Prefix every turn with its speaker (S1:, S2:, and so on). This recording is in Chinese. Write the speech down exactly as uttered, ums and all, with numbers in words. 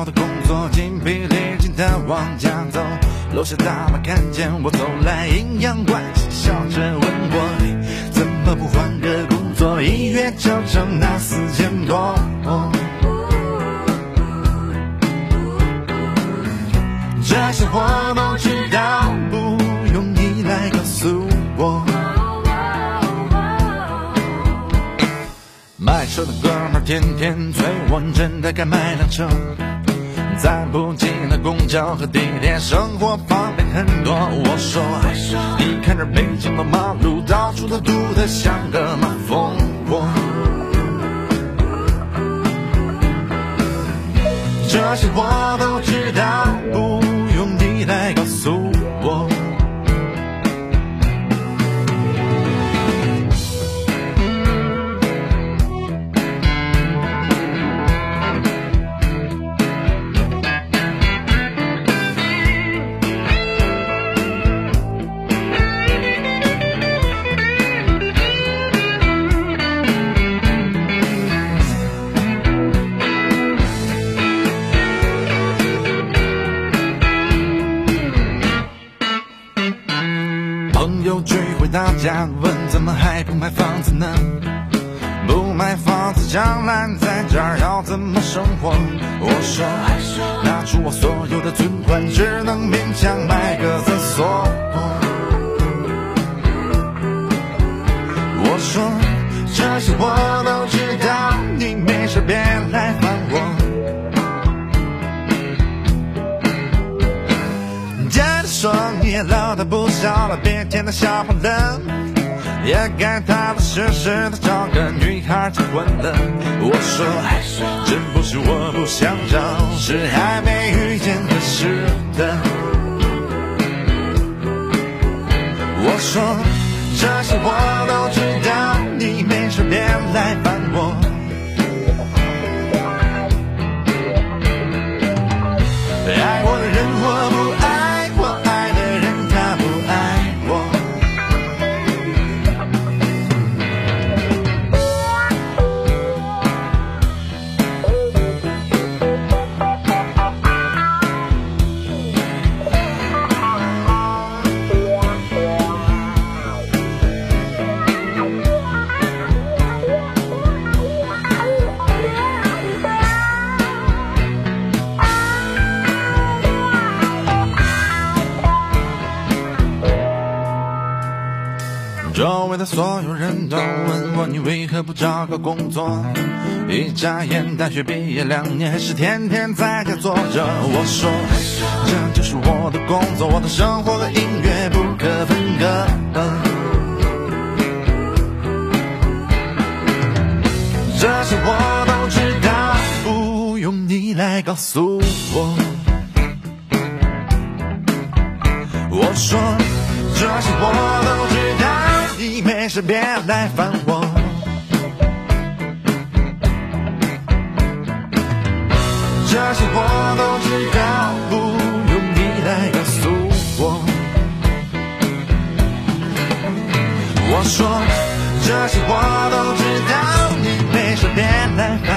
S1: 的工作，精疲力尽的往家走，楼下大妈看见我走来，阴阳怪气笑着问我，你怎么不换个工作，一月就挣那四千多。这些我都知道，不用你来告诉我。卖车的哥们儿天天催我，你真的该买辆车，再不济的公交和地铁，生活方便很多。我说，你看这北京的马路，到处都堵得像个马蜂窝。这些我都知道，不用你来告诉我。朋友聚会大家问，怎么还不买房子呢？不买房子将来在这儿要怎么生活？我说，拿出我所有的存款，只能勉强买个厕所。我说，这些我都知道，你没事别来烦我。家里说你也老大不小了，别天天笑话了，也该踏踏实实的找个女孩结婚了。我说，真不是我不想找，是还没遇见合适的。我说，这些我都知道，你没事别来烦我。爱我的人我不爱，我爱的人他不爱我。周围的所有人都问我，你为何不找个工作？一眨眼大学毕业两年，还是天天在家坐着。我说，这就是我的工作，我的生活和音乐不可分割。这些我都知道，不用你来告诉我。我说，这些我都知道，你没事别来烦我。这些我都知道，不用你来告诉我。我说，这些我都知道，你没事别来烦